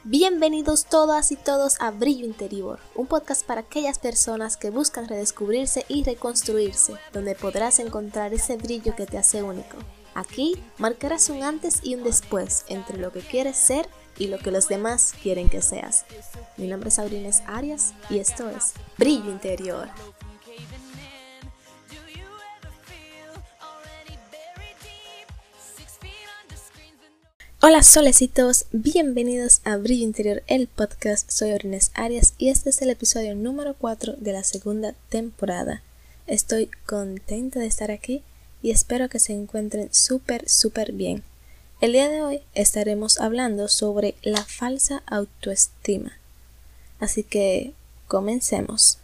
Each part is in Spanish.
Bienvenidos todas y todos a Brillo Interior, un podcast para aquellas personas que buscan redescubrirse y reconstruirse, donde podrás encontrar ese brillo que te hace único. Aquí marcarás un antes y un después entre lo que quieres ser y lo que los demás quieren que seas. Mi nombre es Aurines Arias y esto es Brillo Interior. Hola solecitos, bienvenidos a Brillo Interior, el podcast. Soy Aurines Arias y este es el episodio número 4 de la segunda temporada. Estoy contenta de estar aquí y espero que se encuentren súper bien. El día de hoy estaremos hablando sobre la falsa autoestima. Así que comencemos.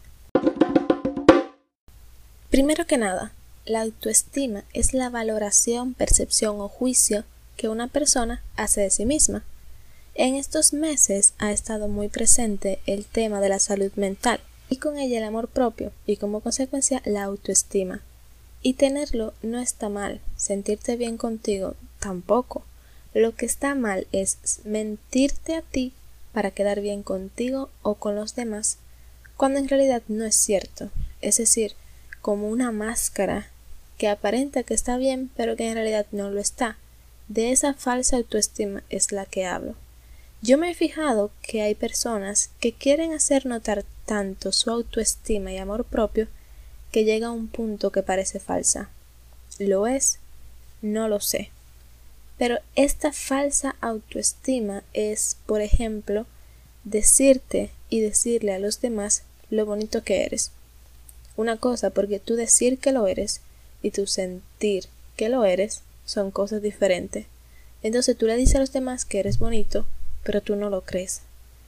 Primero que nada, la autoestima es la valoración, percepción o juicio que una persona hace de sí misma. En estos meses ha estado muy presente el tema de la salud mental y con ella el amor propio y como consecuencia la autoestima. Y tenerlo no está mal, sentirte bien contigo tampoco. Lo que está mal es mentirte a ti para quedar bien contigo o con los demás, cuando en realidad no es cierto. Es decir, como una máscara que aparenta que está bien, pero que en realidad no lo está. De esa falsa autoestima es la que hablo. Yo me he fijado que hay personas que quieren hacer notar tanto su autoestima y amor propio que llega a un punto que parece falsa. ¿Lo es? No lo sé. Pero esta falsa autoestima es, por ejemplo, decirte y decirle a los demás lo bonito que eres. Una cosa, porque tú decir que lo eres y tú sentir que lo eres son cosas diferentes. Entonces tú le dices a los demás que eres bonito, pero tú no lo crees.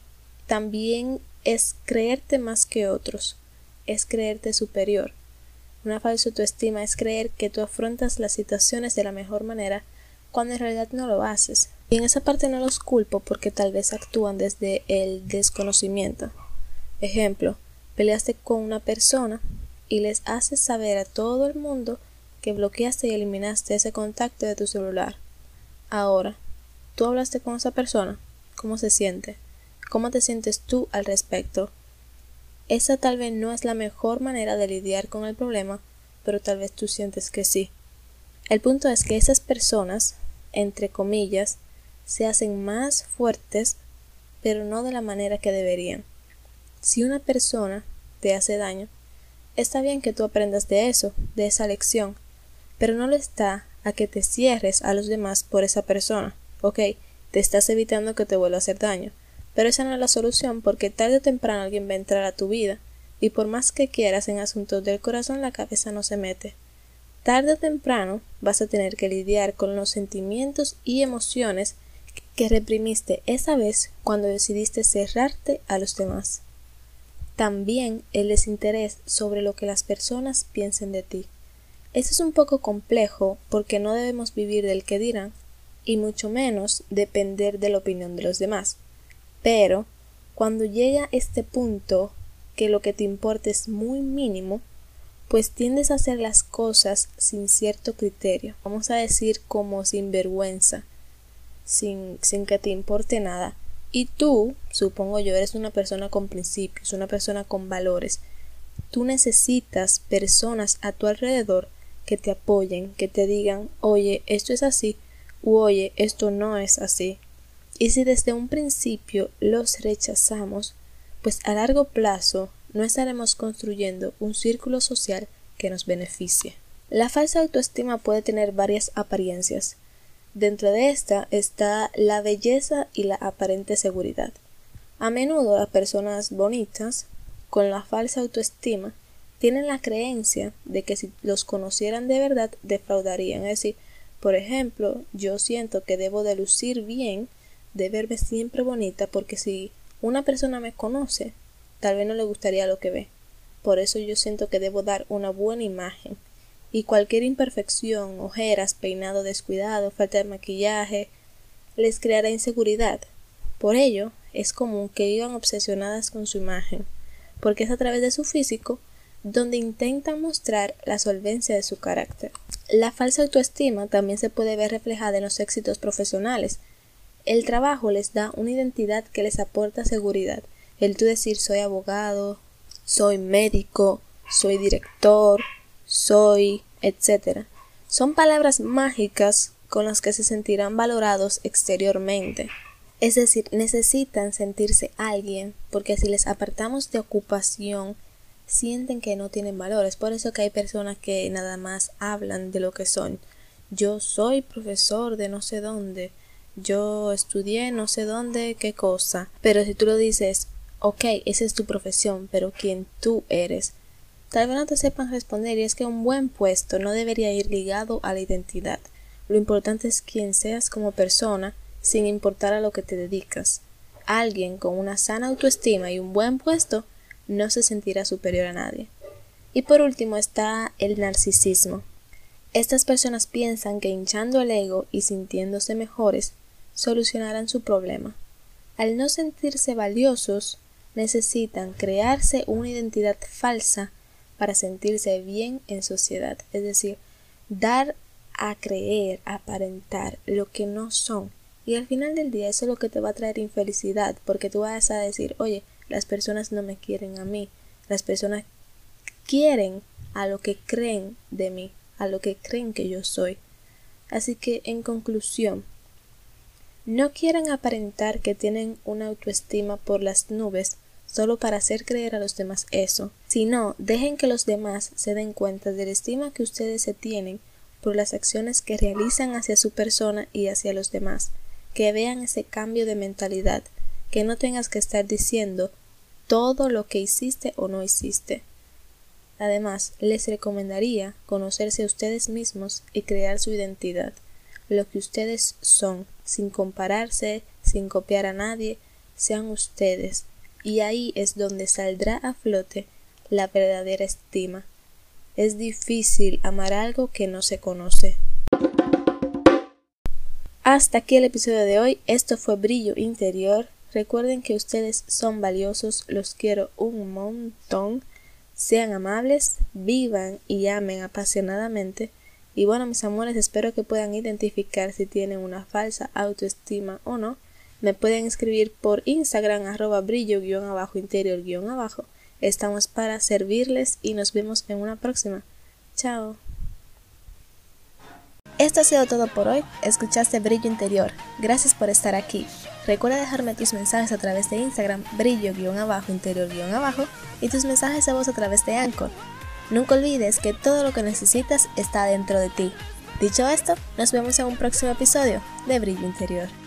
También es creerte más que otros, es creerte superior. Una falsa autoestima es creer que tú afrontas las situaciones de la mejor manera cuando en realidad no lo haces. Y en esa parte no los culpo porque tal vez actúan desde el desconocimiento. Ejemplo, peleaste con una persona y les haces saber a todo el mundo que bloqueaste y eliminaste ese contacto de tu celular. Ahora, ¿tú hablaste con esa persona? ¿Cómo se siente? ¿Cómo te sientes tú al respecto? Esa tal vez no es la mejor manera de lidiar con el problema, pero tal vez tú sientes que sí. El punto es que esas personas, entre comillas, se hacen más fuertes, pero no de la manera que deberían. Si una persona te hace daño, está bien que tú aprendas de eso, de esa lección, pero no lo está a que te cierres a los demás por esa persona. Ok, te estás evitando que te vuelva a hacer daño, pero esa no es la solución porque tarde o temprano alguien va a entrar a tu vida y por más que quieras en asuntos del corazón la cabeza no se mete. Tarde o temprano vas a tener que lidiar con los sentimientos y emociones que reprimiste esa vez cuando decidiste cerrarte a los demás. También el desinterés sobre lo que las personas piensen de ti. Eso es un poco complejo porque no debemos vivir del que dirán y mucho menos depender de la opinión de los demás. Pero cuando llega este punto que lo que te importa es muy mínimo, pues tiendes a hacer las cosas sin cierto criterio. Vamos a decir como sin vergüenza, sin que te importe nada. Y tú, supongo yo, eres una persona con principios, una persona con valores. Tú necesitas personas a tu alrededor que te apoyen, que te digan, oye, esto es así, u oye, esto no es así. Y si desde un principio los rechazamos, pues a largo plazo no estaremos construyendo un círculo social que nos beneficie. La falsa autoestima puede tener varias apariencias. Dentro de esta está la belleza y la aparente seguridad. A menudo las personas bonitas, con la falsa autoestima, tienen la creencia de que si los conocieran de verdad defraudarían. Es decir, por ejemplo, yo siento que debo de lucir bien, de verme siempre bonita, porque si una persona me conoce, tal vez no le gustaría lo que ve. Por eso yo siento que debo dar una buena imagen. Y cualquier imperfección, ojeras, peinado descuidado, falta de maquillaje, les creará inseguridad. Por ello, es común que vivan obsesionadas con su imagen, porque es a través de su físico donde intentan mostrar la solvencia de su carácter. La falsa autoestima también se puede ver reflejada en los éxitos profesionales. El trabajo les da una identidad que les aporta seguridad. El tú decir soy abogado, soy médico, soy director, soy, etc. Son palabras mágicas con las que se sentirán valorados exteriormente. Es decir, necesitan sentirse alguien, porque si les apartamos de ocupación, sienten que no tienen valor. Es por eso que hay personas que nada más hablan de lo que son. Yo soy profesor de no sé dónde, yo estudié no sé dónde, qué cosa. Pero si tú lo dices, ok, esa es tu profesión, pero ¿quién tú eres? Tal vez no te sepan responder, y es que un buen puesto no debería ir ligado a la identidad. Lo importante es quién seas como persona, sin importar a lo que te dedicas. Alguien con una sana autoestima y un buen puesto no se sentirá superior a nadie. Y por último está el narcisismo. Estas personas piensan que hinchando el ego y sintiéndose mejores, solucionarán su problema. Al no sentirse valiosos, necesitan crearse una identidad falsa para sentirse bien en sociedad. Es decir, dar a creer, aparentar lo que no son. Y al final del día eso es lo que te va a traer infelicidad, porque tú vas a decir, oye, las personas no me quieren a mí, las personas quieren a lo que creen de mí, a lo que creen que yo soy. Así que, en conclusión, no quieran aparentar que tienen una autoestima por las nubes solo para hacer creer a los demás eso, sino dejen que los demás se den cuenta de la estima que ustedes se tienen por las acciones que realizan hacia su persona y hacia los demás, que vean ese cambio de mentalidad, que no tengas que estar diciendo todo lo que hiciste o no hiciste. Además, les recomendaría conocerse a ustedes mismos y crear su identidad, lo que ustedes son, sin compararse, sin copiar a nadie, sean ustedes, y ahí es donde saldrá a flote la verdadera estima. Es difícil amar algo que no se conoce. Hasta aquí el episodio de hoy. Esto fue Brillo Interior. Recuerden que ustedes son valiosos, los quiero un montón. Sean amables, vivan y amen apasionadamente. Y bueno, mis amores, espero que puedan identificar si tienen una falsa autoestima o no. Me pueden escribir por Instagram @brillo_interior_. Estamos para servirles y nos vemos en una próxima. Chao. Esto ha sido todo por hoy. Escuchaste Brillo Interior. Gracias por estar aquí. Recuerda dejarme tus mensajes a través de Instagram brillo_interior_ y tus mensajes de voz a través de Anchor. Nunca olvides que todo lo que necesitas está dentro de ti. Dicho esto, nos vemos en un próximo episodio de Brillo Interior.